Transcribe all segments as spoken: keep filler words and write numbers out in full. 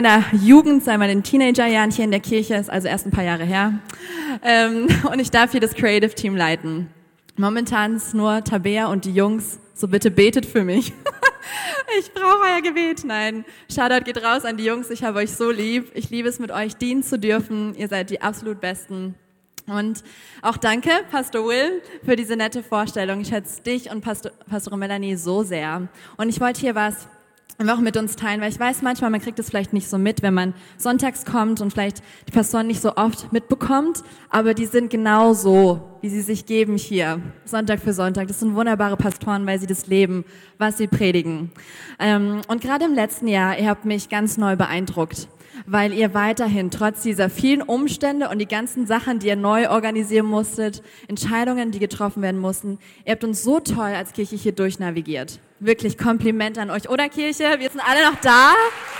In der Jugend, sei mal in den Teenagerjahren hier in der Kirche, ist also erst ein paar Jahre her. Ähm, und ich darf hier das Creative Team leiten. Momentan ist nur Tabea und die Jungs, so bitte betet für mich. Ich brauche euer Gebet. Nein, Shoutout geht raus an die Jungs, ich habe euch so lieb. Ich liebe es, mit euch dienen zu dürfen. Ihr seid die absolut Besten. Und auch danke, Pastor Will, für diese nette Vorstellung. Ich schätze dich und Pastor, Pastorin Melanie so sehr. Und ich wollte hier was auch mit uns teilen, weil ich weiß manchmal, man kriegt es vielleicht nicht so mit, wenn man sonntags kommt und vielleicht die Pastoren nicht so oft mitbekommt, aber die sind genau so, wie sie sich geben hier, Sonntag für Sonntag. Das sind wunderbare Pastoren, weil sie das leben, was sie predigen. Und gerade im letzten Jahr, ihr habt mich ganz neu beeindruckt, weil ihr weiterhin trotz dieser vielen Umstände und die ganzen Sachen, die ihr neu organisieren musstet, Entscheidungen, die getroffen werden mussten, ihr habt uns so toll als Kirche hier durchnavigiert. Wirklich Kompliment an euch. Oder Kirche, wir sind alle noch da.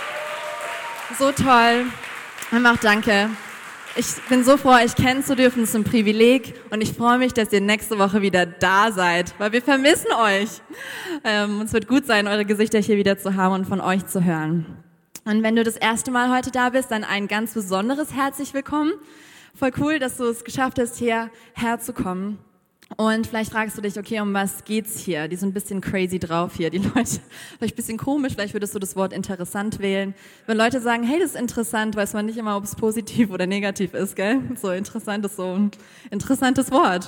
So toll. Einfach danke. Ich bin so froh, euch kennen zu dürfen. Es ist ein Privileg und ich freue mich, dass ihr nächste Woche wieder da seid, weil wir vermissen euch. Ähm, es wird gut sein, eure Gesichter hier wieder zu haben und von euch zu hören. Und wenn du das erste Mal heute da bist, dann ein ganz besonderes herzlich willkommen. Voll cool, dass du es geschafft hast, hierher zu kommen. Und vielleicht fragst du dich, okay, um was geht's hier? Die sind ein bisschen crazy drauf hier, die Leute. Vielleicht ein bisschen komisch, vielleicht würdest du das Wort interessant wählen. Wenn Leute sagen, hey, das ist interessant, weiß man nicht immer, ob es positiv oder negativ ist, gell? So interessant ist so ein interessantes Wort.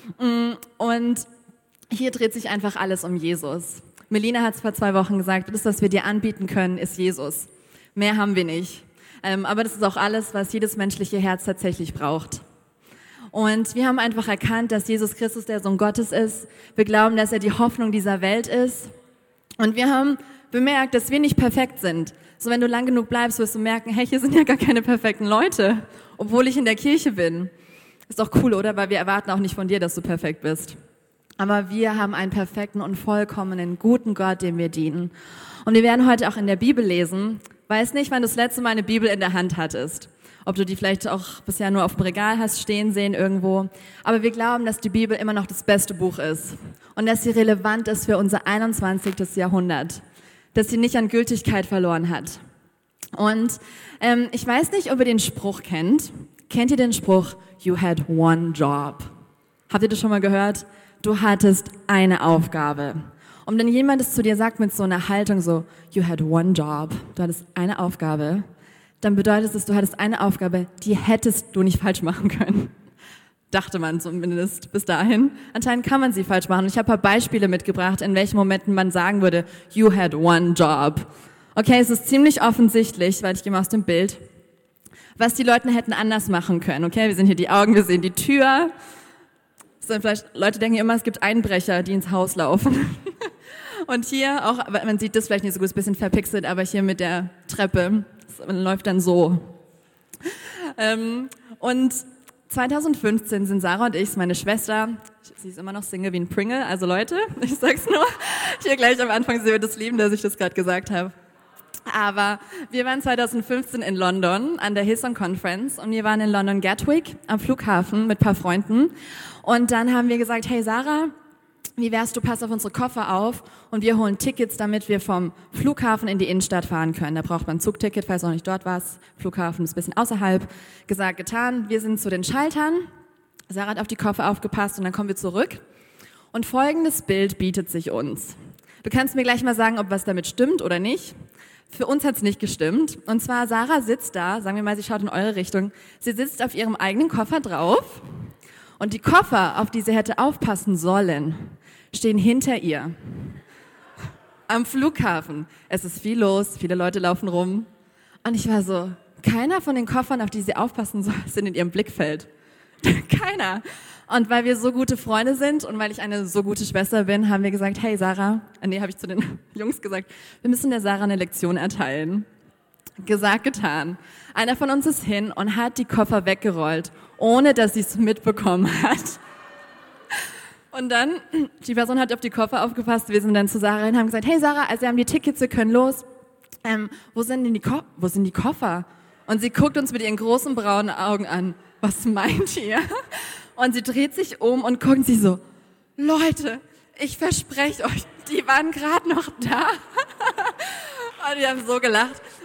Und hier dreht sich einfach alles um Jesus. Melina hat es vor zwei Wochen gesagt, das, was wir dir anbieten können, ist Jesus. Mehr haben wir nicht. Ähm, aber das ist auch alles, was jedes menschliche Herz tatsächlich braucht. Und wir haben einfach erkannt, dass Jesus Christus der Sohn Gottes ist. Wir glauben, dass er die Hoffnung dieser Welt ist. Und wir haben bemerkt, dass wir nicht perfekt sind. So, wenn du lang genug bleibst, wirst du merken, hey, hier sind ja gar keine perfekten Leute, obwohl ich in der Kirche bin. Ist doch cool, oder? Weil wir erwarten auch nicht von dir, dass du perfekt bist. Aber wir haben einen perfekten und vollkommenen, guten Gott, dem wir dienen. Und wir werden heute auch in der Bibel lesen. Weiß nicht, wann du das letzte Mal eine Bibel in der Hand hattest. Ob du die vielleicht auch bisher nur auf dem Regal hast stehen sehen irgendwo. Aber wir glauben, dass die Bibel immer noch das beste Buch ist. Und dass sie relevant ist für unser einundzwanzigsten Jahrhundert. Dass sie nicht an Gültigkeit verloren hat. Und ähm, ich weiß nicht, ob ihr den Spruch kennt. Kennt ihr den Spruch, you had one job? Habt ihr das schon mal gehört? Du hattest eine Aufgabe. Und wenn jemand es zu dir sagt mit so einer Haltung so, you had one job, du hattest eine Aufgabe, dann bedeutet es, du hattest eine Aufgabe, die hättest du nicht falsch machen können. Dachte man zumindest bis dahin. Anscheinend kann man sie falsch machen. Ich habe ein paar Beispiele mitgebracht, in welchen Momenten man sagen würde, you had one job. Okay, es ist ziemlich offensichtlich, weil ich gehe mal aus dem Bild, was die Leute hätten anders machen können. Okay, wir sehen hier die Augen, wir sehen die Tür. So, vielleicht, Leute denken immer, es gibt Einbrecher, die ins Haus laufen. Und hier auch, man sieht das vielleicht nicht so gut, ist ein bisschen verpixelt, aber hier mit der Treppe, das läuft dann so. Ähm, und zweitausendfünfzehn sind Sarah und ich, meine Schwester, sie ist immer noch Single wie ein Pringle, also Leute, ich sag's nur, hier gleich am Anfang, sie wird es lieben, dass ich das gerade gesagt habe. Aber wir waren zweitausendfünfzehn in London an der Hillsong Conference und wir waren in London Gatwick am Flughafen mit ein paar Freunden. Und dann haben wir gesagt, hey Sarah, wie wär's, du passt auf unsere Koffer auf und wir holen Tickets, damit wir vom Flughafen in die Innenstadt fahren können. Da braucht man ein Zugticket, falls du noch nicht dort warst. Flughafen ist ein bisschen außerhalb. Gesagt, getan. Wir sind zu den Schaltern. Sarah hat auf die Koffer aufgepasst und dann kommen wir zurück. Und folgendes Bild bietet sich uns. Du kannst mir gleich mal sagen, ob was damit stimmt oder nicht. Für uns hat's nicht gestimmt. Und zwar, Sarah sitzt da, sagen wir mal, sie schaut in eure Richtung. Sie sitzt auf ihrem eigenen Koffer drauf. Und die Koffer, auf die sie hätte aufpassen sollen, stehen hinter ihr. Am Flughafen. Es ist viel los, viele Leute laufen rum. Und ich war so, keiner von den Koffern, auf die sie aufpassen soll, sind in ihrem Blickfeld. Keiner. Und weil wir so gute Freunde sind und weil ich eine so gute Schwester bin, haben wir gesagt, hey Sarah, nee, habe ich zu den Jungs gesagt, wir müssen der Sarah eine Lektion erteilen. Gesagt, getan. Einer von uns ist hin und hat die Koffer weggerollt, ohne dass sie es mitbekommen hat. Und dann, die Person hat auf die Koffer aufgepasst, wir sind dann zu Sarah und haben gesagt, hey Sarah, also wir haben die Tickets, wir können los. Ähm, wo sind denn die Ko- wo sind die Koffer? Und sie guckt uns mit ihren großen braunen Augen an. Was meint ihr? Und sie dreht sich um und guckt sie so, Leute, ich verspreche euch, die waren gerade noch da. Und wir haben so gelacht,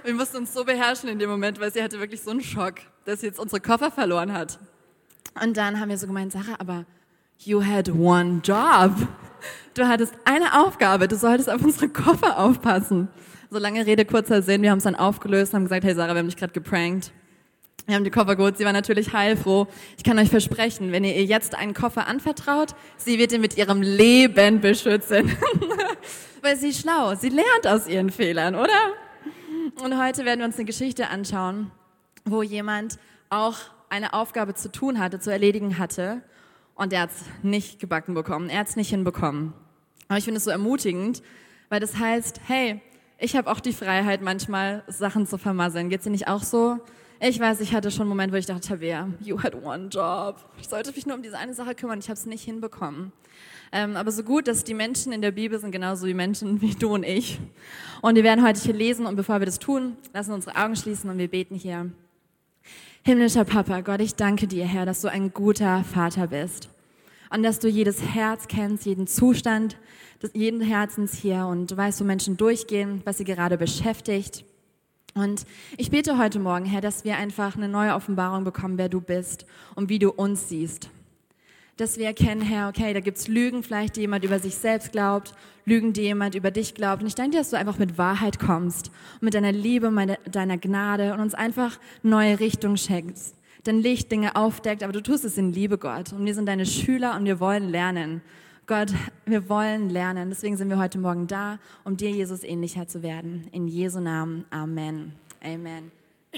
Wir mussten uns so beherrschen in dem Moment, weil sie hatte wirklich so einen Schock, dass sie jetzt unsere Koffer verloren hat. Und dann haben wir so gemeint, Sarah, aber you had one job. Du hattest eine Aufgabe, du solltest auf unsere Koffer aufpassen. So lange Rede, kurzer Sinn, wir haben es dann aufgelöst und haben gesagt, hey Sarah, wir haben dich gerade geprankt. Wir haben die Koffer geholt, sie war natürlich heilfroh. Ich kann euch versprechen, wenn ihr ihr jetzt einen Koffer anvertraut, sie wird ihn mit ihrem Leben beschützen. Weil sie ist schlau, sie lernt aus ihren Fehlern, oder? Und heute werden wir uns eine Geschichte anschauen, wo jemand auch eine Aufgabe zu tun hatte, zu erledigen hatte und er hat es nicht gebacken bekommen, er hat es nicht hinbekommen. Aber ich finde es so ermutigend, weil das heißt, hey, ich habe auch die Freiheit, manchmal Sachen zu vermasseln. Geht's dir nicht auch so? Ich weiß, ich hatte schon einen Moment, wo ich dachte, Tabea, you had one job. Ich sollte mich nur um diese eine Sache kümmern, ich habe es nicht hinbekommen. Ähm, aber so gut, dass die Menschen in der Bibel sind genauso wie Menschen wie du und ich. Und wir werden heute hier lesen und bevor wir das tun, lassen wir unsere Augen schließen und wir beten hier. Himmlischer Papa, Gott, ich danke dir, Herr, dass du ein guter Vater bist. Und dass du jedes Herz kennst, jeden Zustand des, jeden Herzens hier und du weißt, wo Menschen durchgehen, was sie gerade beschäftigt. Und ich bete heute Morgen, Herr, dass wir einfach eine neue Offenbarung bekommen, wer du bist und wie du uns siehst. Dass wir erkennen, Herr, okay, da gibt's Lügen, vielleicht die jemand über sich selbst glaubt, Lügen, die jemand über dich glaubt. Und ich danke dir, dass du einfach mit Wahrheit kommst und mit deiner Liebe, mit deiner Gnade und uns einfach neue Richtung schenkst. Dein Licht Dinge aufdeckt, aber du tust es in Liebe, Gott. Und wir sind deine Schüler und wir wollen lernen. Gott, wir wollen lernen. Deswegen sind wir heute Morgen da, um dir, Jesus, ähnlicher zu werden. In Jesu Namen. Amen. Amen.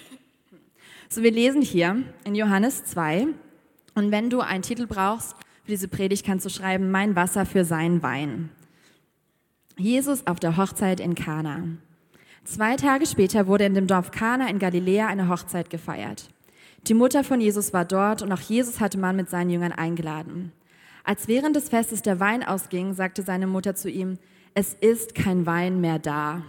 So, wir lesen hier in Johannes zwei. Und wenn du einen Titel brauchst für diese Predigt, kannst du schreiben, mein Wasser für seinen Wein. Jesus auf der Hochzeit in Kana. Zwei Tage später wurde in dem Dorf Kana in Galiläa eine Hochzeit gefeiert. Die Mutter von Jesus war dort und auch Jesus hatte man mit seinen Jüngern eingeladen. Als während des Festes der Wein ausging, sagte seine Mutter zu ihm, es ist kein Wein mehr da.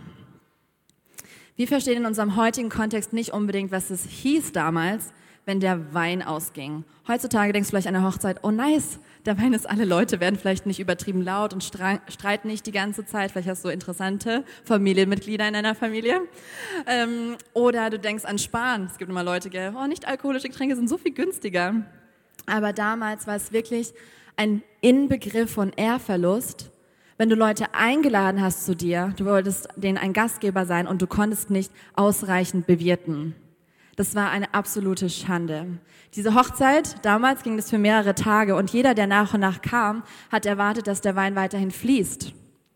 Wir verstehen in unserem heutigen Kontext nicht unbedingt, was es hieß damals, wenn der Wein ausging. Heutzutage denkst du vielleicht an eine Hochzeit, oh nice, der Wein ist alle, Leute werden vielleicht nicht übertrieben laut und streiten nicht die ganze Zeit. Vielleicht hast du interessante Familienmitglieder in deiner Familie. Ähm, oder du denkst an Sparen. Es gibt immer Leute, gell, oh, nicht alkoholische Getränke sind so viel günstiger. Aber damals war es wirklich ein Inbegriff von Ehrverlust, wenn du Leute eingeladen hast zu dir, du wolltest denen ein Gastgeber sein und du konntest nicht ausreichend bewirten. Das war eine absolute Schande. Diese Hochzeit, damals ging das für mehrere Tage und jeder, der nach und nach kam, hat erwartet, dass der Wein weiterhin fließt.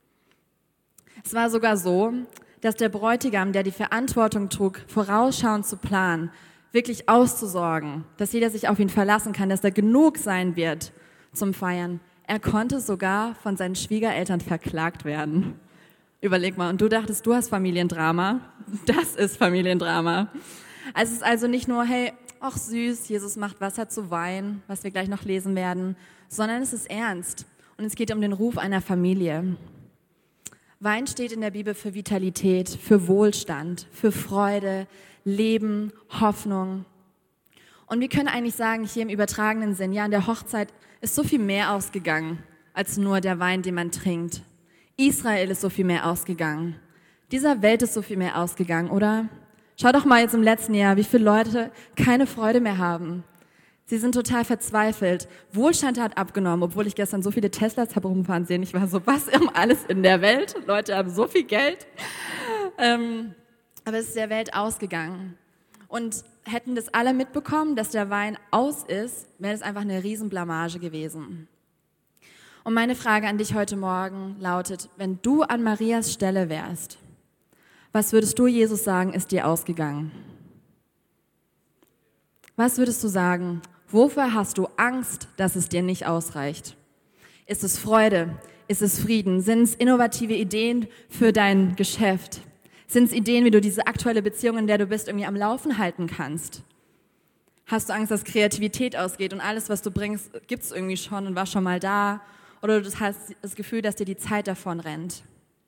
Es war sogar so, dass der Bräutigam, der die Verantwortung trug, vorausschauend zu planen, wirklich auszusorgen, dass jeder sich auf ihn verlassen kann, dass da genug sein wird zum Feiern. Er konnte sogar von seinen Schwiegereltern verklagt werden. Überleg mal, und du dachtest, du hast Familiendrama? Das ist Familiendrama. Also es ist also nicht nur, hey, ach süß, Jesus macht Wasser zu Wein, was wir gleich noch lesen werden, sondern es ist ernst und es geht um den Ruf einer Familie. Wein steht in der Bibel für Vitalität, für Wohlstand, für Freude, Leben, Hoffnung. Und wir können eigentlich sagen, hier im übertragenen Sinn, ja, an der Hochzeit ist so viel mehr ausgegangen, als nur der Wein, den man trinkt. Israel ist so viel mehr ausgegangen. Dieser Welt ist so viel mehr ausgegangen, oder? Schau doch mal jetzt im letzten Jahr, wie viele Leute keine Freude mehr haben. Sie sind total verzweifelt. Wohlstand hat abgenommen, obwohl ich gestern so viele Teslas habe rumfahren sehen. Ich war so, was um alles in der Welt? Leute haben so viel Geld. Ähm, aber es ist der Welt ausgegangen. Und hätten das alle mitbekommen, dass der Wein aus ist, wäre das einfach eine Riesenblamage gewesen. Und meine Frage an dich heute Morgen lautet, wenn du an Marias Stelle wärst, was würdest du Jesus sagen, ist dir ausgegangen? Was würdest du sagen? Wofür hast du Angst, dass es dir nicht ausreicht? Ist es Freude? Ist es Frieden? Sind es innovative Ideen für dein Geschäft? Sind es Ideen, wie du diese aktuelle Beziehung, in der du bist, irgendwie am Laufen halten kannst? Hast du Angst, dass Kreativität ausgeht und alles, was du bringst, gibt es irgendwie schon und war schon mal da? Oder du hast das Gefühl, dass dir die Zeit davon rennt?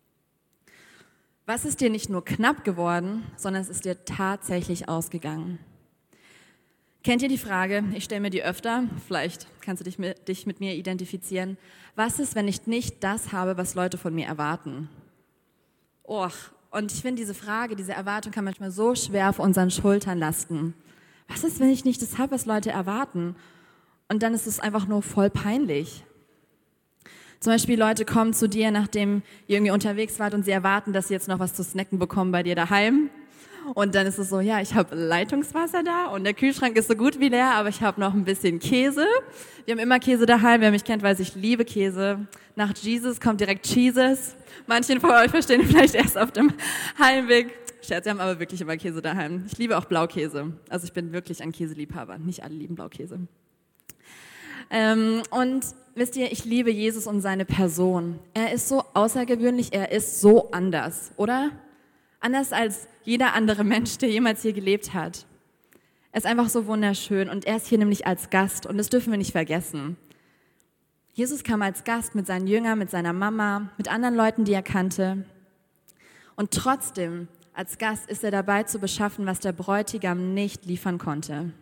Was ist dir nicht nur knapp geworden, sondern es ist dir tatsächlich ausgegangen? Kennt ihr die Frage, ich stelle mir die öfter, vielleicht kannst du dich mit, dich mit mir identifizieren, was ist, wenn ich nicht das habe, was Leute von mir erwarten? Och, Und ich finde, diese Frage, diese Erwartung kann manchmal so schwer auf unseren Schultern lasten. Was ist, wenn ich nicht das habe, was Leute erwarten? Und dann ist es einfach nur voll peinlich. Zum Beispiel Leute kommen zu dir, nachdem ihr irgendwie unterwegs wart und sie erwarten, dass sie jetzt noch was zu snacken bekommen bei dir daheim. Und dann ist es so, ja, ich habe Leitungswasser da und der Kühlschrank ist so gut wie leer, aber ich habe noch ein bisschen Käse. Wir haben immer Käse daheim, wer mich kennt, weiß, ich liebe Käse. Nach Jesus kommt direkt Jesus. Manche von euch verstehen vielleicht erst auf dem Heimweg. Scherz, wir haben aber wirklich immer Käse daheim. Ich liebe auch Blaukäse. Also ich bin wirklich ein Käseliebhaber. Nicht alle lieben Blaukäse. Ähm, und wisst ihr, ich liebe Jesus und seine Person. Er ist so außergewöhnlich, er ist so anders, oder? Anders als jeder andere Mensch, der jemals hier gelebt hat. Er ist einfach so wunderschön und er ist hier nämlich als Gast und das dürfen wir nicht vergessen. Jesus kam als Gast mit seinen Jüngern, mit seiner Mama, mit anderen Leuten, die er kannte. Und trotzdem, als Gast ist er dabei zu beschaffen, was der Bräutigam nicht liefern konnte.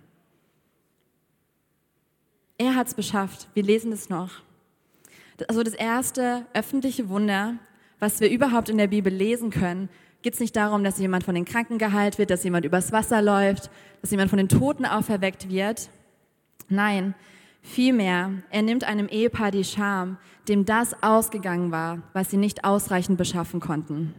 Er hat es beschafft. Wir lesen es noch. Also das erste öffentliche Wunder, was wir überhaupt in der Bibel lesen können, geht es nicht darum, dass jemand von den Kranken geheilt wird, dass jemand übers Wasser läuft, dass jemand von den Toten auferweckt wird. Nein, vielmehr, er nimmt einem Ehepaar die Scham, dem das ausgegangen war, was sie nicht ausreichend beschaffen konnten.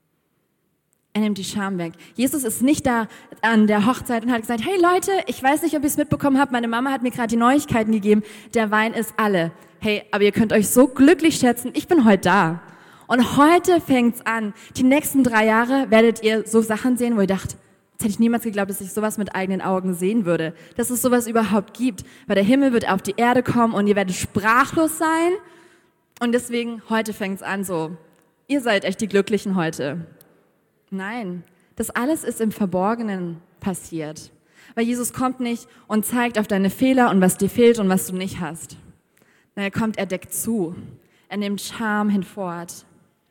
Er nimmt die Scham weg. Jesus ist nicht da an der Hochzeit und hat gesagt, hey Leute, ich weiß nicht, ob ihr es mitbekommen habt, meine Mama hat mir gerade die Neuigkeiten gegeben, der Wein ist alle. Hey, aber ihr könnt euch so glücklich schätzen, ich bin heute da. Und heute fängt's an. Die nächsten drei Jahre werdet ihr so Sachen sehen, wo ihr dacht, jetzt hätte ich niemals geglaubt, dass ich sowas mit eigenen Augen sehen würde, dass es sowas überhaupt gibt. Weil der Himmel wird auf die Erde kommen und ihr werdet sprachlos sein. Und deswegen, heute fängt's an so, ihr seid echt die Glücklichen heute. Nein, das alles ist im Verborgenen passiert. Weil Jesus kommt nicht und zeigt auf deine Fehler und was dir fehlt und was du nicht hast. Nein, er kommt, er deckt zu. Er nimmt Scham hinfort.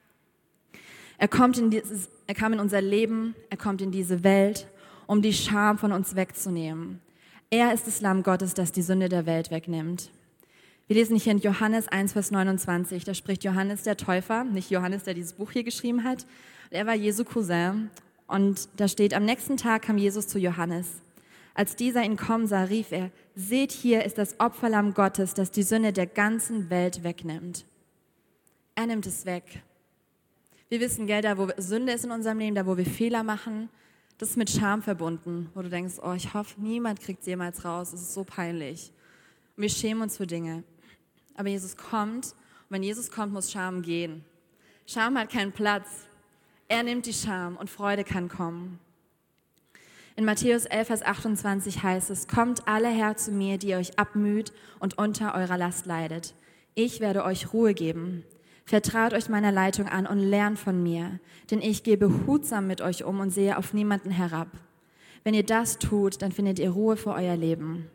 Er kommt in dieses, er kam in unser Leben, er kommt in diese Welt, um die Scham von uns wegzunehmen. Er ist das Lamm Gottes, das die Sünde der Welt wegnimmt. Wir lesen hier in Johannes eins, Vers neunundzwanzig, da spricht Johannes der Täufer, nicht Johannes, der dieses Buch hier geschrieben hat. Er war Jesu Cousin und da steht, am nächsten Tag kam Jesus zu Johannes. Als dieser ihn kommen sah, rief er, seht, hier ist das Opferlamm Gottes, das die Sünde der ganzen Welt wegnimmt. Er nimmt es weg. Wir wissen, gell, da wo Sünde ist in unserem Leben, da wo wir Fehler machen, das ist mit Scham verbunden, wo du denkst, oh, ich hoffe, niemand kriegt es jemals raus, es ist so peinlich. Und wir schämen uns für Dinge. Aber Jesus kommt und wenn Jesus kommt, muss Scham gehen. Scham hat keinen Platz. Er nimmt die Scham und Freude kann kommen. In Matthäus elf, Vers achtundzwanzig heißt es, kommt alle her zu mir, die ihr euch abmüht und unter eurer Last leidet. Ich werde euch Ruhe geben. Vertraut euch meiner Leitung an und lernt von mir, denn ich gehe behutsam mit euch um und sehe auf niemanden herab. Wenn ihr das tut, dann findet ihr Ruhe für euer Leben.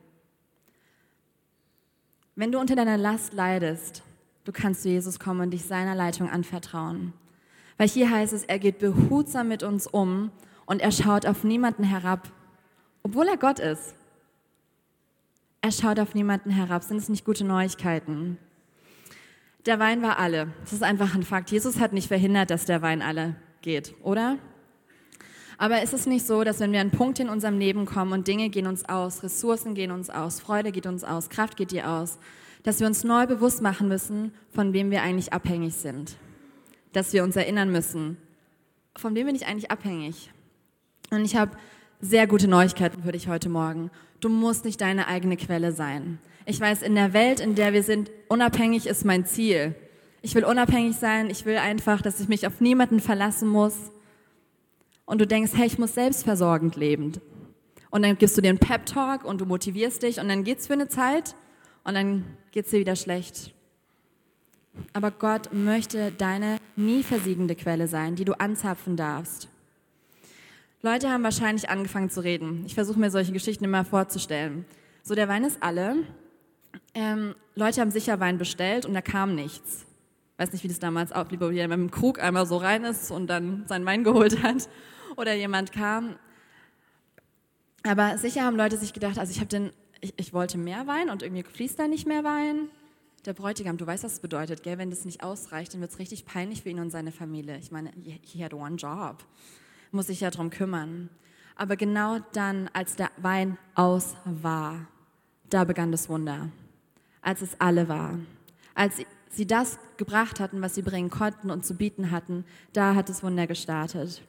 Wenn du unter deiner Last leidest, du kannst zu Jesus kommen und dich seiner Leitung anvertrauen. Weil hier heißt es, er geht behutsam mit uns um und er schaut auf niemanden herab, obwohl er Gott ist. Er schaut auf niemanden herab. Sind es nicht gute Neuigkeiten? Der Wein war alle. Das ist einfach ein Fakt. Jesus hat nicht verhindert, dass der Wein alle geht, oder? Aber ist es nicht so, dass wenn wir an Punkte in unserem Leben kommen und Dinge gehen uns aus, Ressourcen gehen uns aus, Freude geht uns aus, Kraft geht dir aus, dass wir uns neu bewusst machen müssen, von wem wir eigentlich abhängig sind? Dass wir uns erinnern müssen, von wem bin ich eigentlich abhängig? Und ich habe sehr gute Neuigkeiten für dich heute Morgen. Du musst nicht deine eigene Quelle sein. Ich weiß, in der Welt, in der wir sind, unabhängig ist mein Ziel. Ich will unabhängig sein, ich will einfach, dass ich mich auf niemanden verlassen muss. Und du denkst, hey, ich muss selbstversorgend leben. Und dann gibst du dir einen Pep-Talk und du motivierst dich und dann geht's für eine Zeit und dann geht's dir wieder schlecht. Aber Gott möchte deine nie versiegende Quelle sein, die du anzapfen darfst. Leute haben wahrscheinlich angefangen zu reden. Ich versuche mir solche Geschichten immer vorzustellen. So, der Wein ist alle. Ähm, Leute haben sicher Wein bestellt und da kam nichts. Weiß nicht, wie das damals ablief, ob jemand mit dem Krug einmal so rein ist und dann seinen Wein geholt hat oder jemand kam. Aber sicher haben Leute sich gedacht, also ich habe den, ich, ich wollte mehr Wein und irgendwie fließt da nicht mehr Wein. der Bräutigam, du weißt, was es bedeutet, gell? Wenn das nicht ausreicht, dann wird es richtig peinlich für ihn und seine Familie. Ich meine, he had one job, muss sich ja darum kümmern. Aber genau dann, als der Wein aus war, da begann das Wunder. Als es alle war. Als sie das gebracht hatten, was sie bringen konnten und zu bieten hatten, da hat das Wunder gestartet.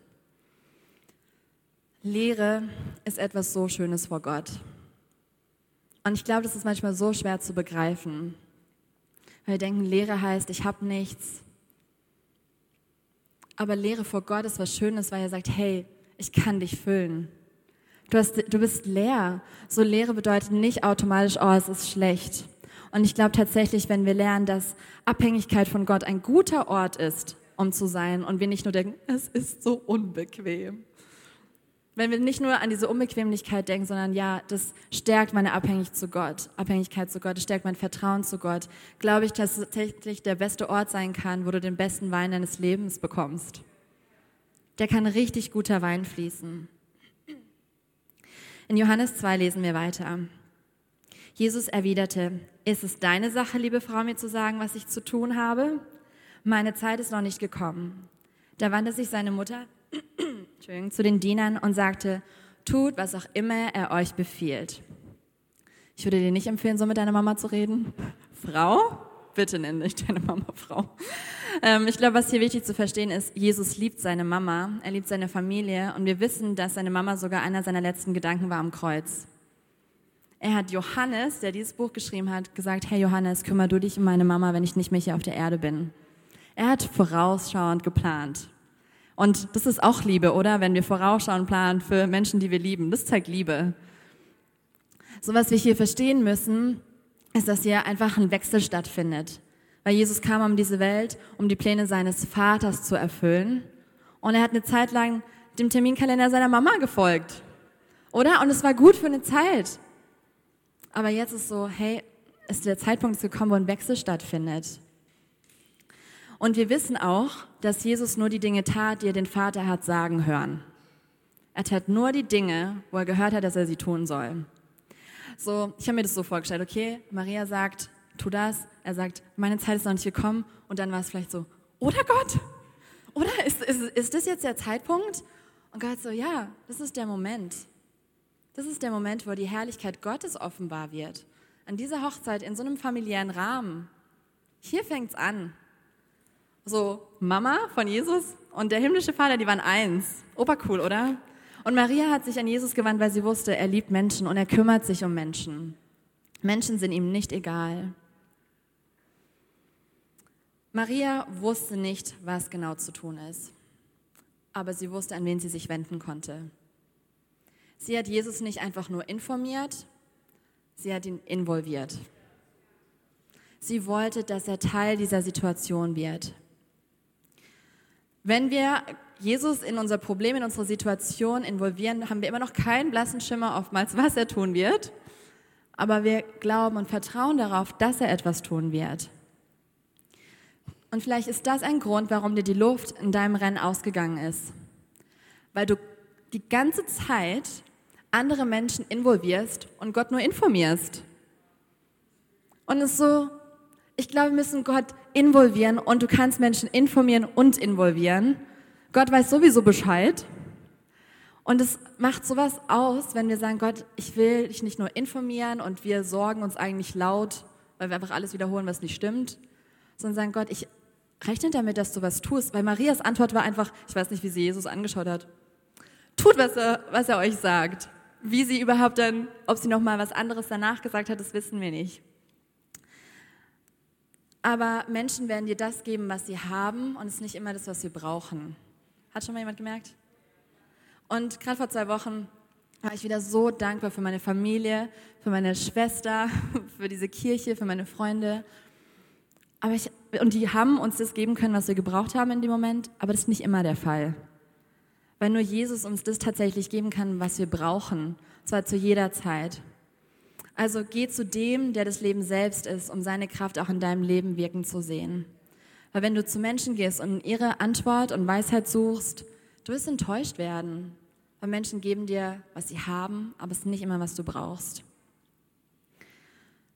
Lehre ist etwas so Schönes vor Gott. Und ich glaube, das ist manchmal so schwer zu begreifen. Weil wir denken, Lehre heißt, ich habe nichts. Aber Lehre vor Gott ist was Schönes, weil er sagt, hey, ich kann dich füllen. Du, hast, du bist leer. So Lehre bedeutet nicht automatisch, oh, es ist schlecht. Und ich glaube tatsächlich, wenn wir lernen, dass Abhängigkeit von Gott ein guter Ort ist, um zu sein, und wir nicht nur denken, es ist so unbequem. Wenn wir nicht nur an diese Unbequemlichkeit denken, sondern ja, das stärkt meine Abhängigkeit zu Gott, Abhängigkeit zu Gott, das stärkt mein Vertrauen zu Gott, glaube ich, dass es tatsächlich der beste Ort sein kann, wo du den besten Wein deines Lebens bekommst. Der kann richtig guter Wein fließen. In Johannes zwei lesen wir weiter. Jesus erwiderte, ist es deine Sache, liebe Frau, mir zu sagen, was ich zu tun habe? Meine Zeit ist noch nicht gekommen. Da wandte sich seine Mutter zu den Dienern und sagte, tut, was auch immer er euch befiehlt. Ich würde dir nicht empfehlen, so mit deiner Mama zu reden. Frau? Bitte nenn nicht deine Mama Frau. Ähm, ich glaube, was hier wichtig zu verstehen ist, Jesus liebt seine Mama, er liebt seine Familie und wir wissen, dass seine Mama sogar einer seiner letzten Gedanken war am Kreuz. Er hat Johannes, der dieses Buch geschrieben hat, gesagt, hey Johannes, kümmere du dich um meine Mama, wenn ich nicht mehr hier auf der Erde bin. Er hat vorausschauend geplant. Und das ist auch Liebe, oder? Wenn wir vorausschauen planen für Menschen, die wir lieben. Das zeigt Liebe. So, was wir hier verstehen müssen, ist, dass hier einfach ein Wechsel stattfindet. Weil Jesus kam um diese Welt, um die Pläne seines Vaters zu erfüllen. Und er hat eine Zeit lang dem Terminkalender seiner Mama gefolgt. Oder? Und es war gut für eine Zeit. Aber jetzt ist so, hey, ist der Zeitpunkt gekommen, wo ein Wechsel stattfindet. Und wir wissen auch, dass Jesus nur die Dinge tat, die er den Vater hat sagen hören. Er tat nur die Dinge, wo er gehört hat, dass er sie tun soll. So, ich habe mir das so vorgestellt, okay, Maria sagt, tu das. Er sagt, meine Zeit ist noch nicht gekommen. Und dann war es vielleicht so, oder Gott? Oder ist, ist, ist das jetzt der Zeitpunkt? Und Gott so, ja, das ist der Moment. Das ist der Moment, wo die Herrlichkeit Gottes offenbar wird. An dieser Hochzeit, in so einem familiären Rahmen. Hier fängt's an. So, Mama von Jesus und der himmlische Vater, die waren eins. Obercool, oder? Und Maria hat sich an Jesus gewandt, weil sie wusste, er liebt Menschen und er kümmert sich um Menschen. Menschen sind ihm nicht egal. Maria wusste nicht, was genau zu tun ist. Aber sie wusste, an wen sie sich wenden konnte. Sie hat Jesus nicht einfach nur informiert, sie hat ihn involviert. Sie wollte, dass er Teil dieser Situation wird. Wenn wir Jesus in unser Problem, in unsere Situation involvieren, haben wir immer noch keinen blassen Schimmer oftmals, was er tun wird. Aber wir glauben und vertrauen darauf, dass er etwas tun wird. Und vielleicht ist das ein Grund, warum dir die Luft in deinem Rennen ausgegangen ist. Weil du die ganze Zeit andere Menschen involvierst und Gott nur informierst. Und es ist so, ich glaube, wir müssen Gott involvieren und du kannst Menschen informieren und involvieren. Gott weiß sowieso Bescheid. Und es macht sowas aus, wenn wir sagen, Gott, ich will dich nicht nur informieren und wir sorgen uns eigentlich laut, weil wir einfach alles wiederholen, was nicht stimmt, sondern sagen, Gott, ich rechne damit, dass du was tust. Weil Marias Antwort war einfach, ich weiß nicht, wie sie Jesus angeschaut hat, tut, was er, was er euch sagt. Wie sie überhaupt dann, ob sie noch mal was anderes danach gesagt hat, das wissen wir nicht. Aber Menschen werden dir das geben, was sie haben und es ist nicht immer das, was sie brauchen. Hat schon mal jemand gemerkt? Und gerade vor zwei Wochen war ich wieder so dankbar für meine Familie, für meine Schwester, für diese Kirche, für meine Freunde. Aber ich, und die haben uns das geben können, was wir gebraucht haben in dem Moment, aber das ist nicht immer der Fall. Weil nur Jesus uns das tatsächlich geben kann, was wir brauchen, und zwar zu jeder Zeit. Also geh zu dem, der das Leben selbst ist, um seine Kraft auch in deinem Leben wirken zu sehen. Weil wenn du zu Menschen gehst und ihre Antwort und Weisheit suchst, du wirst enttäuscht werden. Weil Menschen geben dir, was sie haben, aber es ist nicht immer, was du brauchst.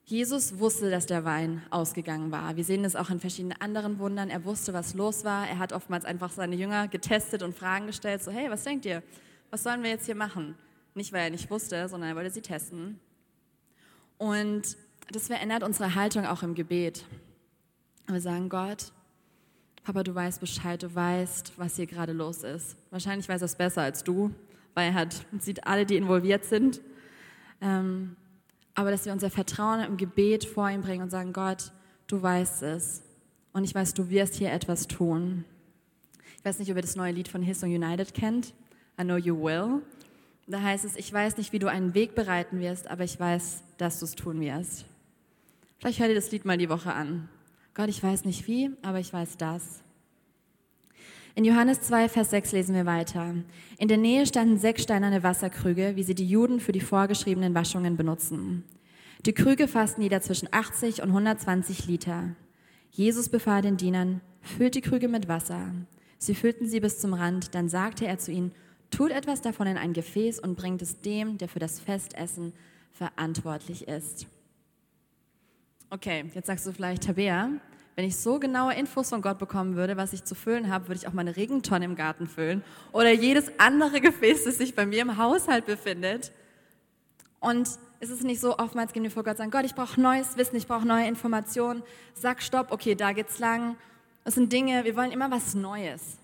Jesus wusste, dass der Wein ausgegangen war. Wir sehen es auch in verschiedenen anderen Wundern. Er wusste, was los war. Er hat oftmals einfach seine Jünger getestet und Fragen gestellt. So, hey, was denkt ihr? Was sollen wir jetzt hier machen? Nicht, weil er nicht wusste, sondern er wollte sie testen. Und das verändert unsere Haltung auch im Gebet. Wir sagen, Gott, Papa, du weißt Bescheid, du weißt, was hier gerade los ist. Wahrscheinlich weiß er es besser als du, weil er hat, sieht alle, die involviert sind. Ähm, aber dass wir unser Vertrauen im Gebet vor ihm bringen und sagen, Gott, du weißt es. Und ich weiß, du wirst hier etwas tun. Ich weiß nicht, ob ihr das neue Lied von Hillsong United kennt. I know you will. Da heißt es, ich weiß nicht, wie du einen Weg bereiten wirst, aber ich weiß, dass du es tun wirst. Vielleicht hört ihr das Lied mal die Woche an. Gott, ich weiß nicht wie, aber ich weiß das. In Johannes zwei, Vers sechs lesen wir weiter. In der Nähe standen sechs steinerne Wasserkrüge, wie sie die Juden für die vorgeschriebenen Waschungen benutzen. Die Krüge fassten jeder zwischen achtzig und hundertzwanzig Liter. Jesus befahl den Dienern, füllt die Krüge mit Wasser. Sie füllten sie bis zum Rand, dann sagte er zu ihnen, tut etwas davon in ein Gefäß und bringt es dem, der für das Festessen verantwortlich ist. Okay, jetzt sagst du vielleicht, Tabea, wenn ich so genaue Infos von Gott bekommen würde, was ich zu füllen habe, würde ich auch meine Regentonne im Garten füllen oder jedes andere Gefäß, das sich bei mir im Haushalt befindet. Und ist es nicht so, oftmals gehen wir vor Gott und sagen, Gott, ich brauche neues Wissen, ich brauche neue Informationen. Sag Stopp, okay, da geht's lang. Das sind Dinge, wir wollen immer was Neues.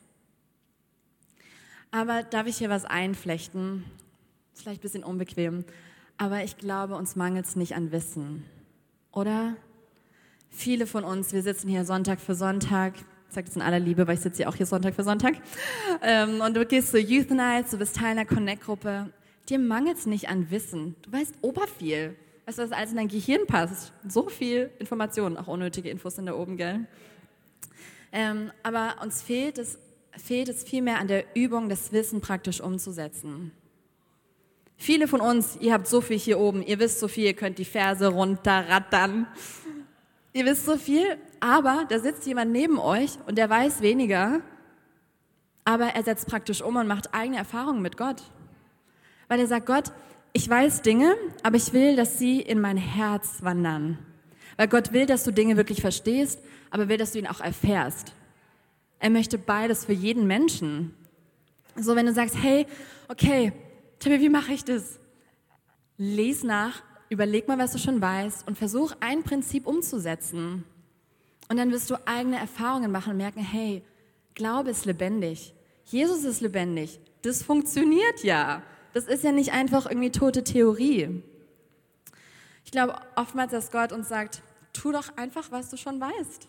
Aber darf ich hier was einflechten? Ist vielleicht ein bisschen unbequem, aber ich glaube, uns mangelt es nicht an Wissen. Oder? Viele von uns, wir sitzen hier Sonntag für Sonntag, ich sage das in aller Liebe, weil ich sitze ja auch hier Sonntag für Sonntag, ähm, und du gehst zur Youth Nights, du bist Teil einer Connect-Gruppe, dir mangelt es nicht an Wissen, du weißt oberviel, weißt du, was alles in dein Gehirn passt, so viel Informationen, auch unnötige Infos sind da oben, gell? Ähm, aber uns fehlt es, fehlt es vielmehr an der Übung, das Wissen praktisch umzusetzen. Viele von uns, ihr habt so viel hier oben, ihr wisst so viel, ihr könnt die Verse runterrattern. Ihr wisst so viel, aber da sitzt jemand neben euch und der weiß weniger, aber er setzt praktisch um und macht eigene Erfahrungen mit Gott. Weil er sagt, Gott, ich weiß Dinge, aber ich will, dass sie in mein Herz wandern. Weil Gott will, dass du Dinge wirklich verstehst, aber will, dass du ihn auch erfährst. Er möchte beides für jeden Menschen. So, wenn du sagst, hey, okay, Tabea, wie mache ich das? Lies nach, überleg mal, was du schon weißt und versuch, ein Prinzip umzusetzen. Und dann wirst du eigene Erfahrungen machen und merken, hey, Glaube ist lebendig. Jesus ist lebendig. Das funktioniert ja. Das ist ja nicht einfach irgendwie tote Theorie. Ich glaube oftmals, dass Gott uns sagt, tu doch einfach, was du schon weißt.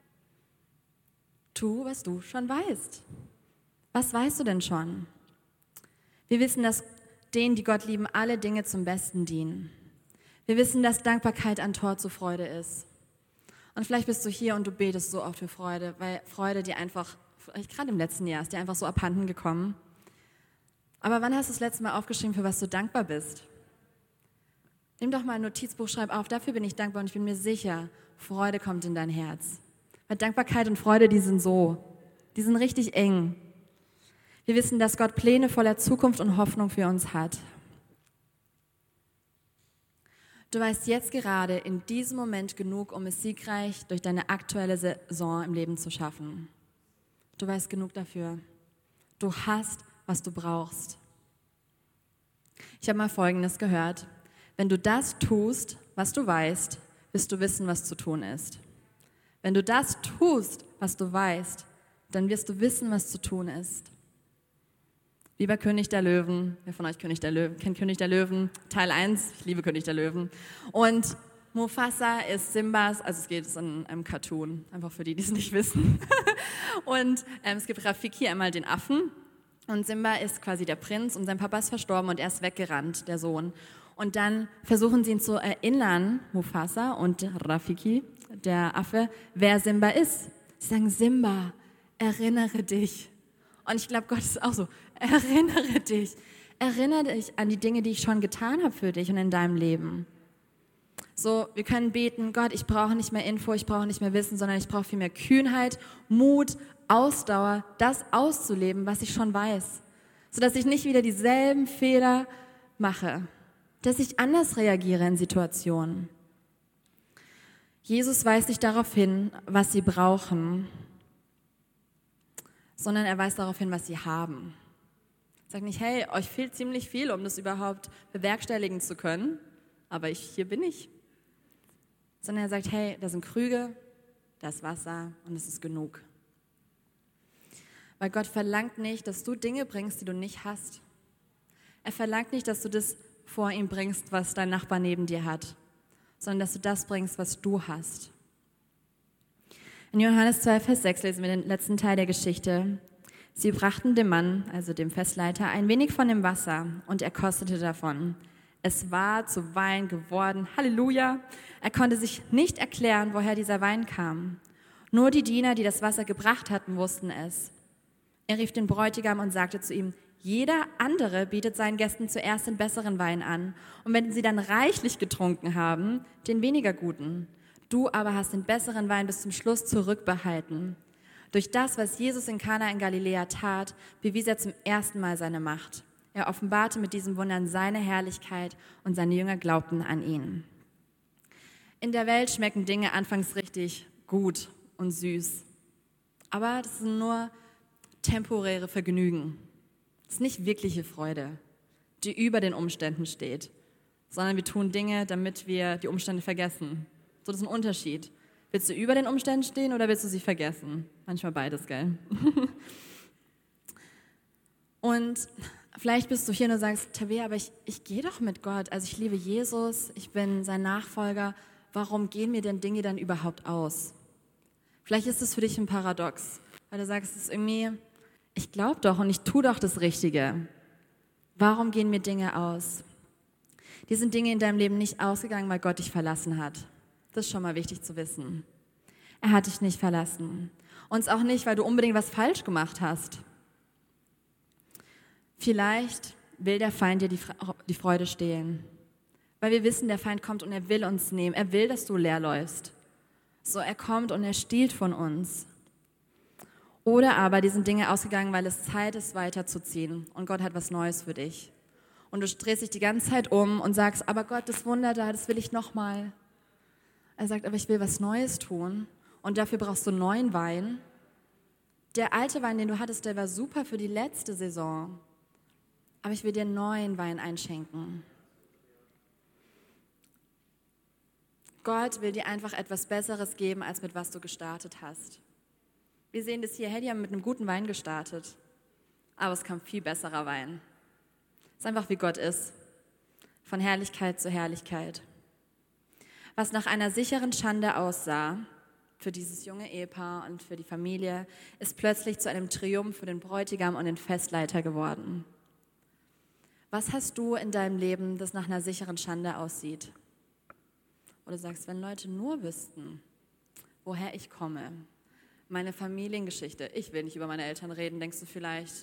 Tu, was du schon weißt. Was weißt du denn schon? Wir wissen, dass denen, die Gott lieben, alle Dinge zum Besten dienen. Wir wissen, dass Dankbarkeit ein Tor zur Freude ist. Und vielleicht bist du hier und du betest so oft für Freude, weil Freude dir einfach, vielleicht gerade im letzten Jahr, ist dir einfach so abhanden gekommen. Aber wann hast du das letzte Mal aufgeschrieben, für was du dankbar bist? Nimm doch mal ein Notizbuch, schreib auf, dafür bin ich dankbar und ich bin mir sicher, Freude kommt in dein Herz. Weil Dankbarkeit und Freude, die sind so, die sind richtig eng. Wir wissen, dass Gott Pläne voller Zukunft und Hoffnung für uns hat. Du weißt jetzt gerade in diesem Moment genug, um es siegreich durch deine aktuelle Saison im Leben zu schaffen. Du weißt genug dafür. Du hast, was du brauchst. Ich habe mal Folgendes gehört. Wenn du das tust, was du weißt, wirst du wissen, was zu tun ist. Wenn du das tust, was du weißt, dann wirst du wissen, was zu tun ist. Lieber König der Löwen, wer von euch König der Löwen, kennt König der Löwen, Teil eins, ich liebe König der Löwen. Und Mufasa ist Simbas, also es geht in einem Cartoon, einfach für die, die es nicht wissen. Und ähm, es gibt Rafiki, einmal den Affen, und Simba ist quasi der Prinz und sein Papa ist verstorben und er ist weggerannt, der Sohn. Und dann versuchen sie ihn zu erinnern, Mufasa und Rafiki, der Affe, wer Simba ist. Sie sagen, Simba, erinnere dich. Und ich glaube, Gott ist auch so, erinnere dich. Erinnere dich an die Dinge, die ich schon getan habe für dich und in deinem Leben. So, wir können beten, Gott, ich brauche nicht mehr Info, ich brauche nicht mehr Wissen, sondern ich brauche viel mehr Kühnheit, Mut, Ausdauer, das auszuleben, was ich schon weiß. Sodass ich nicht wieder dieselben Fehler mache. Dass ich anders reagiere in Situationen. Jesus weist nicht darauf hin, was sie brauchen, sondern er weist darauf hin, was sie haben. Er sagt nicht, hey, euch fehlt ziemlich viel, um das überhaupt bewerkstelligen zu können, aber ich, hier bin ich. Sondern er sagt, hey, da sind Krüge, da ist Wasser und es ist genug. Weil Gott verlangt nicht, dass du Dinge bringst, die du nicht hast. Er verlangt nicht, dass du das vor ihm bringst, was dein Nachbar neben dir hat, sondern dass du das bringst, was du hast. In Johannes zwei, Vers sechs lesen wir den letzten Teil der Geschichte. Sie brachten dem Mann, also dem Festleiter, ein wenig von dem Wasser und er kostete davon. Es war zu Wein geworden. Halleluja! Er konnte sich nicht erklären, woher dieser Wein kam. Nur die Diener, die das Wasser gebracht hatten, wussten es. Er rief den Bräutigam und sagte zu ihm, jeder andere bietet seinen Gästen zuerst den besseren Wein an und wenn sie dann reichlich getrunken haben, den weniger guten. Du aber hast den besseren Wein bis zum Schluss zurückbehalten. Durch das, was Jesus in Kana in Galiläa tat, bewies er zum ersten Mal seine Macht. Er offenbarte mit diesen Wundern seine Herrlichkeit und seine Jünger glaubten an ihn. In der Welt schmecken Dinge anfangs richtig gut und süß. Aber das sind nur temporäre Vergnügen. Das ist nicht wirkliche Freude, die über den Umständen steht, sondern wir tun Dinge, damit wir die Umstände vergessen. So, das ist ein Unterschied. Willst du über den Umständen stehen oder willst du sie vergessen? Manchmal beides, gell? Und vielleicht bist du hier und du sagst, Tabea, aber ich, ich gehe doch mit Gott. Also ich liebe Jesus, ich bin sein Nachfolger. Warum gehen mir denn Dinge dann überhaupt aus? Vielleicht ist es für dich ein Paradox, weil du sagst, es ist irgendwie, ich glaube doch und ich tue doch das Richtige. Warum gehen mir Dinge aus? Die sind Dinge in deinem Leben nicht ausgegangen, weil Gott dich verlassen hat. Das ist schon mal wichtig zu wissen. Er hat dich nicht verlassen. Und es auch nicht, weil du unbedingt was falsch gemacht hast. Vielleicht will der Feind dir die, die Freude stehlen. Weil wir wissen, der Feind kommt und er will uns nehmen. Er will, dass du leer läufst. So, er kommt und er stiehlt von uns. Oder aber, die sind Dinge ausgegangen, weil es Zeit ist, weiterzuziehen. Und Gott hat was Neues für dich. Und du drehst dich die ganze Zeit um und sagst, aber Gott, das Wunder da, das will ich nochmal. Er sagt, aber ich will was Neues tun und dafür brauchst du neuen Wein. Der alte Wein, den du hattest, der war super für die letzte Saison. Aber ich will dir neuen Wein einschenken. Gott will dir einfach etwas Besseres geben, als mit was du gestartet hast. Wir sehen das hier, hey, die haben mit einem guten Wein gestartet. Aber es kam viel besserer Wein. Es ist einfach wie Gott ist. Von Herrlichkeit zu Herrlichkeit. Was nach einer sicheren Schande aussah, für dieses junge Ehepaar und für die Familie, ist plötzlich zu einem Triumph für den Bräutigam und den Festleiter geworden. Was hast du in deinem Leben, das nach einer sicheren Schande aussieht? Oder du sagst, wenn Leute nur wüssten, woher ich komme, meine Familiengeschichte, ich will nicht über meine Eltern reden, denkst du vielleicht.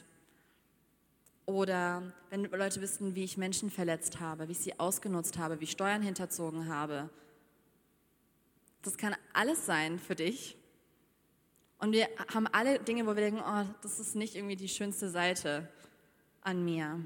Oder wenn Leute wüssten, wie ich Menschen verletzt habe, wie ich sie ausgenutzt habe, wie ich Steuern hinterzogen habe. Das kann alles sein für dich. Und wir haben alle Dinge, wo wir denken, oh, das ist nicht irgendwie die schönste Seite an mir.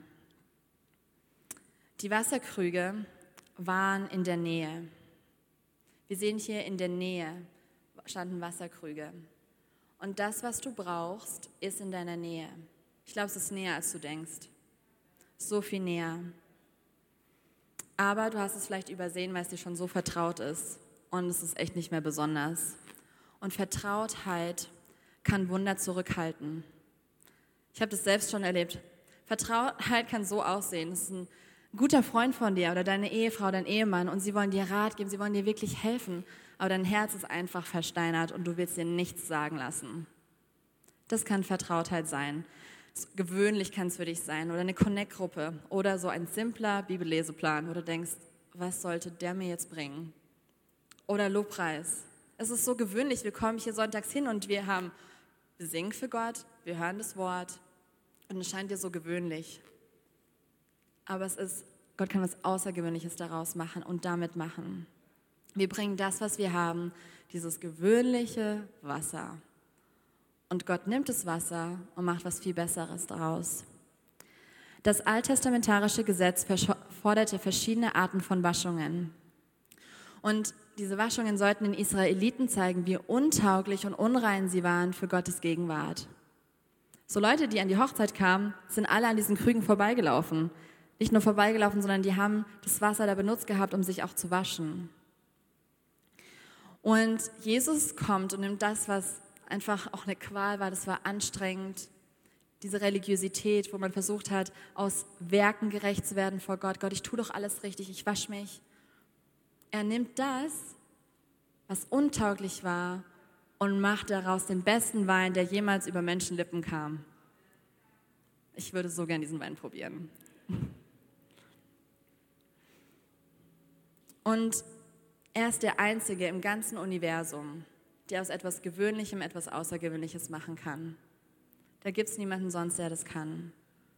Die Wasserkrüge waren in der Nähe. Wir sehen hier in der Nähe standen Wasserkrüge. Und das, was du brauchst, ist in deiner Nähe. Ich glaube, es ist näher, als du denkst. So viel näher. Aber du hast es vielleicht übersehen, weil es dir schon so vertraut ist. Und es ist echt nicht mehr besonders. Und Vertrautheit kann Wunder zurückhalten. Ich habe das selbst schon erlebt. Vertrautheit kann so aussehen. Es ist ein guter Freund von dir oder deine Ehefrau, dein Ehemann und sie wollen dir Rat geben, sie wollen dir wirklich helfen. Aber dein Herz ist einfach versteinert und du willst dir nichts sagen lassen. Das kann Vertrautheit sein. Gewöhnlich kann es für dich sein oder eine Connect-Gruppe oder so ein simpler Bibelleseplan, wo du denkst, was sollte der mir jetzt bringen? Oder Lobpreis. Es ist so gewöhnlich, wir kommen hier sonntags hin und wir haben, wir singen für Gott, wir hören das Wort und es scheint dir so gewöhnlich. Aber es ist, Gott kann was Außergewöhnliches daraus machen und damit machen. Wir bringen das, was wir haben, dieses gewöhnliche Wasser. Und Gott nimmt das Wasser und macht was viel Besseres daraus. Das alttestamentarische Gesetz forderte verschiedene Arten von Waschungen. Und diese Waschungen sollten den Israeliten zeigen, wie untauglich und unrein sie waren für Gottes Gegenwart. So Leute, die an die Hochzeit kamen, sind alle an diesen Krügen vorbeigelaufen. Nicht nur vorbeigelaufen, sondern die haben das Wasser da benutzt gehabt, um sich auch zu waschen. Und Jesus kommt und nimmt das, was einfach auch eine Qual war, das war anstrengend, diese Religiosität, wo man versucht hat, aus Werken gerecht zu werden vor Gott. Gott, ich tue doch alles richtig, ich wasche mich. Er nimmt das, was untauglich war, und macht daraus den besten Wein, der jemals über Menschenlippen kam. Ich würde so gern diesen Wein probieren. Und er ist der Einzige im ganzen Universum, der aus etwas Gewöhnlichem etwas Außergewöhnliches machen kann. Da gibt es niemanden sonst, der das kann.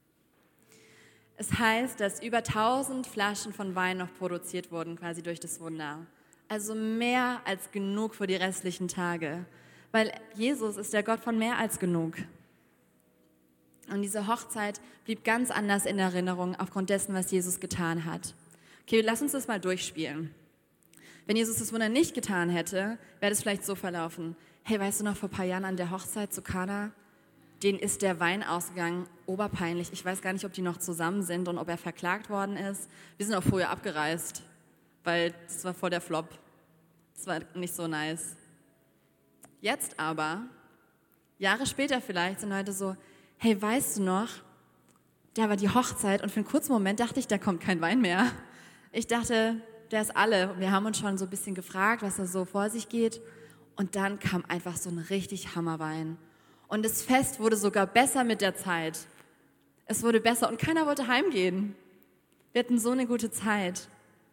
Es heißt, dass über tausend Flaschen von Wein noch produziert wurden, quasi durch das Wunder. Also mehr als genug für die restlichen Tage. Weil Jesus ist der Gott von mehr als genug. Und diese Hochzeit blieb ganz anders in Erinnerung aufgrund dessen, was Jesus getan hat. Okay, lass uns das mal durchspielen. Wenn Jesus das Wunder nicht getan hätte, wäre das vielleicht so verlaufen. Hey, weißt du noch, vor ein paar Jahren an der Hochzeit zu Kana, denen ist der Wein ausgegangen, oberpeinlich. Ich weiß gar nicht, ob die noch zusammen sind und ob er verklagt worden ist. Wir sind auch vorher abgereist, weil das war voll der Flop. Das war nicht so nice. Jetzt aber, Jahre später vielleicht, sind Leute so, hey, weißt du noch, da war die Hochzeit und für einen kurzen Moment dachte ich, da kommt kein Wein mehr. Ich dachte, der ist alle. Und wir haben uns schon so ein bisschen gefragt, was da so vor sich geht. Und dann kam einfach so ein richtig Hammerwein. Und das Fest wurde sogar besser mit der Zeit. Es wurde besser und keiner wollte heimgehen. Wir hatten so eine gute Zeit.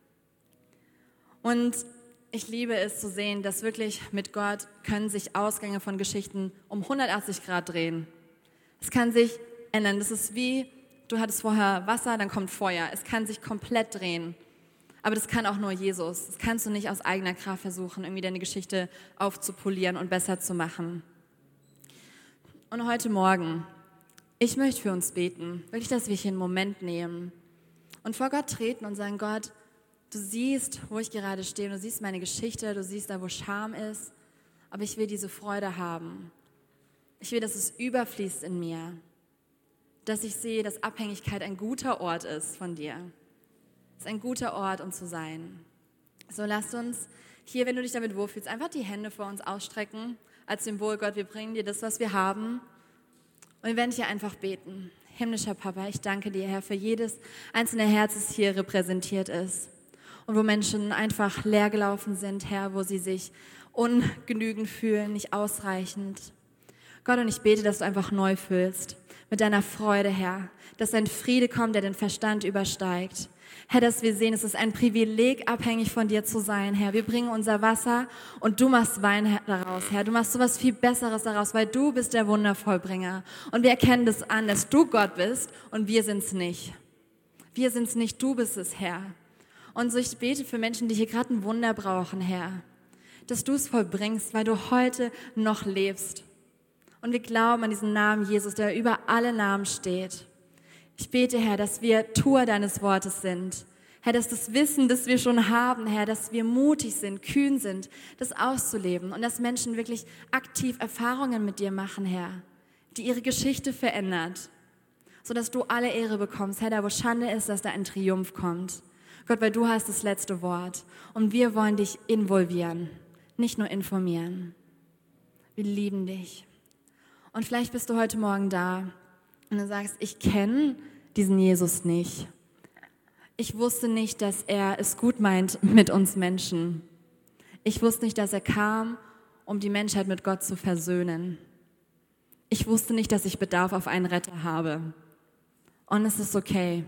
Und ich liebe es zu sehen, dass wirklich mit Gott können sich Ausgänge von Geschichten um hundertachtzig Grad drehen. Es kann sich ändern. Das ist wie, du hattest vorher Wasser, dann kommt Feuer. Es kann sich komplett drehen. Aber das kann auch nur Jesus. Das kannst du nicht aus eigener Kraft versuchen, irgendwie deine Geschichte aufzupolieren und besser zu machen. Und heute Morgen, ich möchte für uns beten, wirklich, dass wir hier einen Moment nehmen und vor Gott treten und sagen, Gott, du siehst, wo ich gerade stehe, du siehst meine Geschichte, du siehst da, wo Scham ist, aber ich will diese Freude haben. Ich will, dass es überfließt in mir, dass ich sehe, dass Abhängigkeit ein guter Ort ist von dir. Es ist ein guter Ort, um zu sein. So, lasst uns hier, wenn du dich damit wohlfühlst, einfach die Hände vor uns ausstrecken, als Symbol, Gott, wir bringen dir das, was wir haben. Und wir werden hier einfach beten. Himmlischer Papa, ich danke dir, Herr, für jedes einzelne Herz, das hier repräsentiert ist. Und wo Menschen einfach leer gelaufen sind, Herr, wo sie sich ungenügend fühlen, nicht ausreichend. Gott, und ich bete, dass du einfach neu füllst mit deiner Freude, Herr, dass ein Friede kommt, der den Verstand übersteigt. Herr, dass wir sehen, es ist ein Privileg, abhängig von dir zu sein, Herr. Wir bringen unser Wasser und du machst Wein daraus, Herr. Du machst sowas viel Besseres daraus, weil du bist der Wundervollbringer. Und wir erkennen das an, dass du Gott bist und wir sind's nicht. Wir sind's nicht, du bist es, Herr. Und so ich bete für Menschen, die hier gerade ein Wunder brauchen, Herr, dass du es vollbringst, weil du heute noch lebst. Und wir glauben an diesen Namen Jesus, der über alle Namen steht. Ich bete, Herr, dass wir Tuer deines Wortes sind. Herr, dass das Wissen, das wir schon haben, Herr, dass wir mutig sind, kühn sind, das auszuleben. Und dass Menschen wirklich aktiv Erfahrungen mit dir machen, Herr, die ihre Geschichte verändert. Sodass du alle Ehre bekommst. Herr, da wo Schande ist, dass da ein Triumph kommt. Gott, weil du hast das letzte Wort. Und wir wollen dich involvieren, nicht nur informieren. Wir lieben dich. Und vielleicht bist du heute Morgen da und du sagst, ich kenne diesen Jesus nicht. Ich wusste nicht, dass er es gut meint mit uns Menschen. Ich wusste nicht, dass er kam, um die Menschheit mit Gott zu versöhnen. Ich wusste nicht, dass ich Bedarf auf einen Retter habe. Und es ist okay.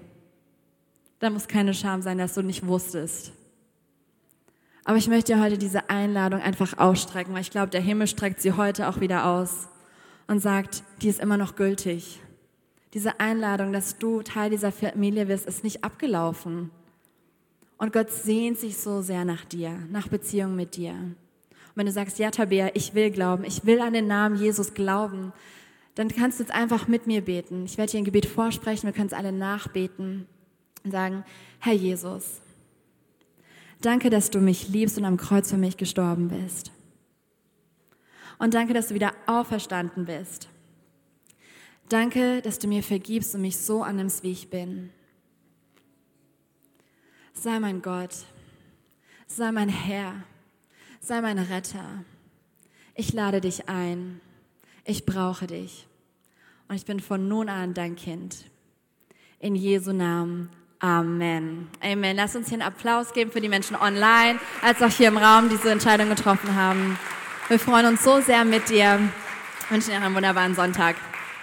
Da muss keine Scham sein, dass du nicht wusstest. Aber ich möchte dir heute diese Einladung einfach ausstrecken, weil ich glaube, der Himmel streckt sie heute auch wieder aus und sagt, die ist immer noch gültig. Diese Einladung, dass du Teil dieser Familie wirst, ist nicht abgelaufen. Und Gott sehnt sich so sehr nach dir, nach Beziehung mit dir. Und wenn du sagst, ja Tabea, ich will glauben, ich will an den Namen Jesus glauben, dann kannst du jetzt einfach mit mir beten. Ich werde hier ein Gebet vorsprechen, wir können es alle nachbeten und sagen, Herr Jesus, Danke, dass du mich liebst und am Kreuz für mich gestorben bist. Und danke, dass du wieder auferstanden bist. Danke, dass du mir vergibst und mich so annimmst, wie ich bin. Sei mein Gott, sei mein Herr, sei mein Retter. Ich lade dich ein, ich brauche dich und ich bin von nun an dein Kind. In Jesu Namen, Amen. Amen. Lass uns hier einen Applaus geben für die Menschen online, als auch hier im Raum, die diese Entscheidung getroffen haben. Wir freuen uns so sehr mit dir. Ich wünsche dir einen wunderbaren Sonntag.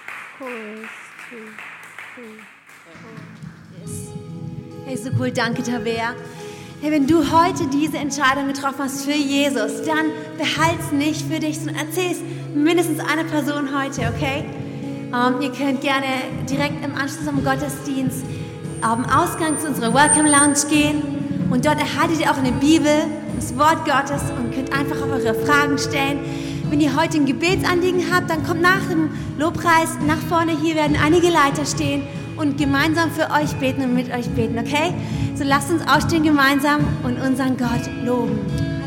Hey, so cool. Danke, Tabea. Hey, wenn du heute diese Entscheidung getroffen hast für Jesus, dann behalt's nicht für dich, sondern erzähl's mindestens einer Person heute, okay? Um, ihr könnt gerne direkt im Anschluss am Gottesdienst am Ausgang zu unserer Welcome Lounge gehen und dort erhaltet ihr auch eine Bibel, das Wort Gottes und könnt einfach auch eure Fragen stellen. Wenn ihr heute ein Gebetsanliegen habt, dann kommt nach dem Lobpreis nach vorne. Hier werden einige Leiter stehen und gemeinsam für euch beten und mit euch beten, okay? So lasst uns aufstehen gemeinsam und unseren Gott loben.